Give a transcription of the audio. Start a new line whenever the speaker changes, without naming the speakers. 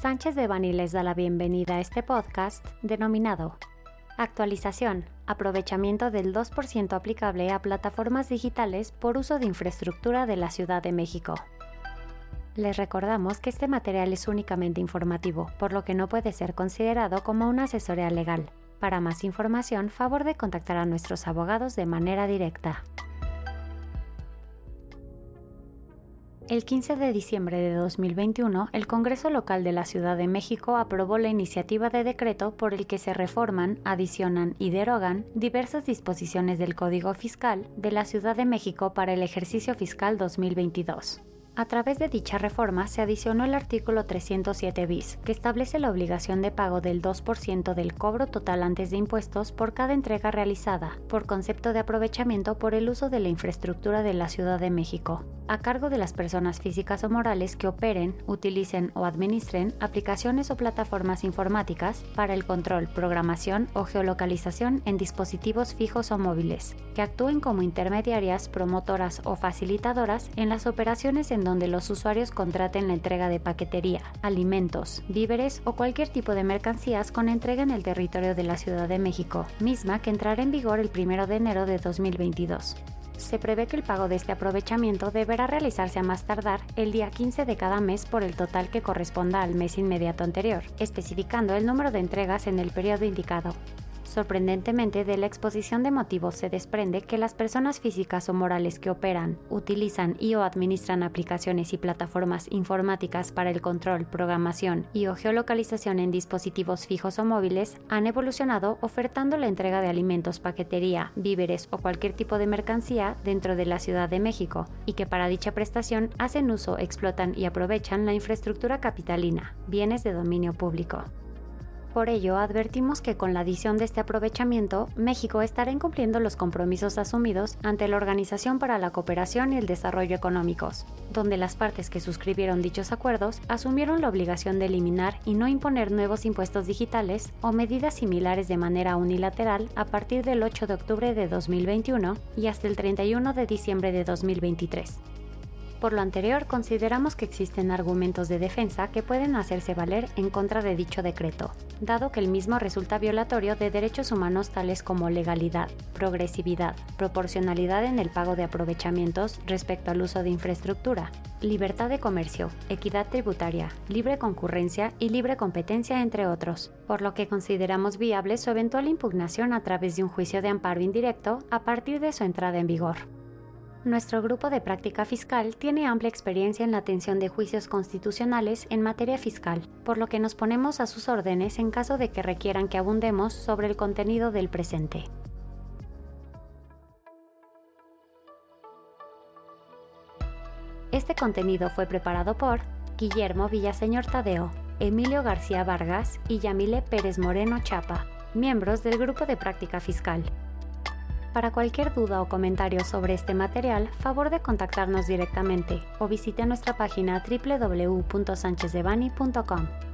Sánchez de Bani les da la bienvenida a este podcast denominado Actualización, aprovechamiento del 2% aplicable a plataformas digitales por uso de infraestructura de la Ciudad de México. Les recordamos que este material es únicamente informativo, por lo que no puede ser considerado como una asesoría legal. Para más información, favor de contactar a nuestros abogados de manera directa. El 15 de diciembre de 2021, el Congreso Local de la Ciudad de México aprobó la iniciativa de decreto por el que se reforman, adicionan y derogan diversas disposiciones del Código Fiscal de la Ciudad de México para el ejercicio fiscal 2022. A través de dicha reforma se adicionó el artículo 307 bis, que establece la obligación de pago del 2% del cobro total antes de impuestos por cada entrega realizada, por concepto de aprovechamiento por el uso de la infraestructura de la Ciudad de México, a cargo de las personas físicas o morales que operen, utilicen o administren aplicaciones o plataformas informáticas para el control, programación o geolocalización en dispositivos fijos o móviles, que actúen como intermediarias, promotoras o facilitadoras en las operaciones en donde los usuarios contraten la entrega de paquetería, alimentos, víveres o cualquier tipo de mercancías con entrega en el territorio de la Ciudad de México, misma que entrará en vigor el 1 de enero de 2022. Se prevé que el pago de este aprovechamiento deberá realizarse a más tardar el día 15 de cada mes por el total que corresponda al mes inmediato anterior, especificando el número de entregas en el periodo indicado. Sorprendentemente, de la exposición de motivos se desprende que las personas físicas o morales que operan, utilizan y/o administran aplicaciones y plataformas informáticas para el control, programación y/o geolocalización en dispositivos fijos o móviles han evolucionado ofertando la entrega de alimentos, paquetería, víveres o cualquier tipo de mercancía dentro de la Ciudad de México y que para dicha prestación hacen uso, explotan y aprovechan la infraestructura capitalina, bienes de dominio público. Por ello, advertimos que con la adición de este aprovechamiento, México estará incumpliendo los compromisos asumidos ante la Organización para la Cooperación y el Desarrollo Económicos, donde las partes que suscribieron dichos acuerdos asumieron la obligación de eliminar y no imponer nuevos impuestos digitales o medidas similares de manera unilateral a partir del 8 de octubre de 2021 y hasta el 31 de diciembre de 2023. Por lo anterior, consideramos que existen argumentos de defensa que pueden hacerse valer en contra de dicho decreto, dado que el mismo resulta violatorio de derechos humanos tales como legalidad, progresividad, proporcionalidad en el pago de aprovechamientos respecto al uso de infraestructura, libertad de comercio, equidad tributaria, libre concurrencia y libre competencia, entre otros, por lo que consideramos viable su eventual impugnación a través de un juicio de amparo indirecto a partir de su entrada en vigor. Nuestro grupo de práctica fiscal tiene amplia experiencia en la atención de juicios constitucionales en materia fiscal, por lo que nos ponemos a sus órdenes en caso de que requieran que abundemos sobre el contenido del presente. Este contenido fue preparado por Guillermo Villaseñor Tadeo, Emilio García Vargas y Yamile Pérez Moreno Chapa, miembros del grupo de práctica fiscal. Para cualquier duda o comentario sobre este material, favor de contactarnos directamente o visite nuestra página www.sanchezdebani.com.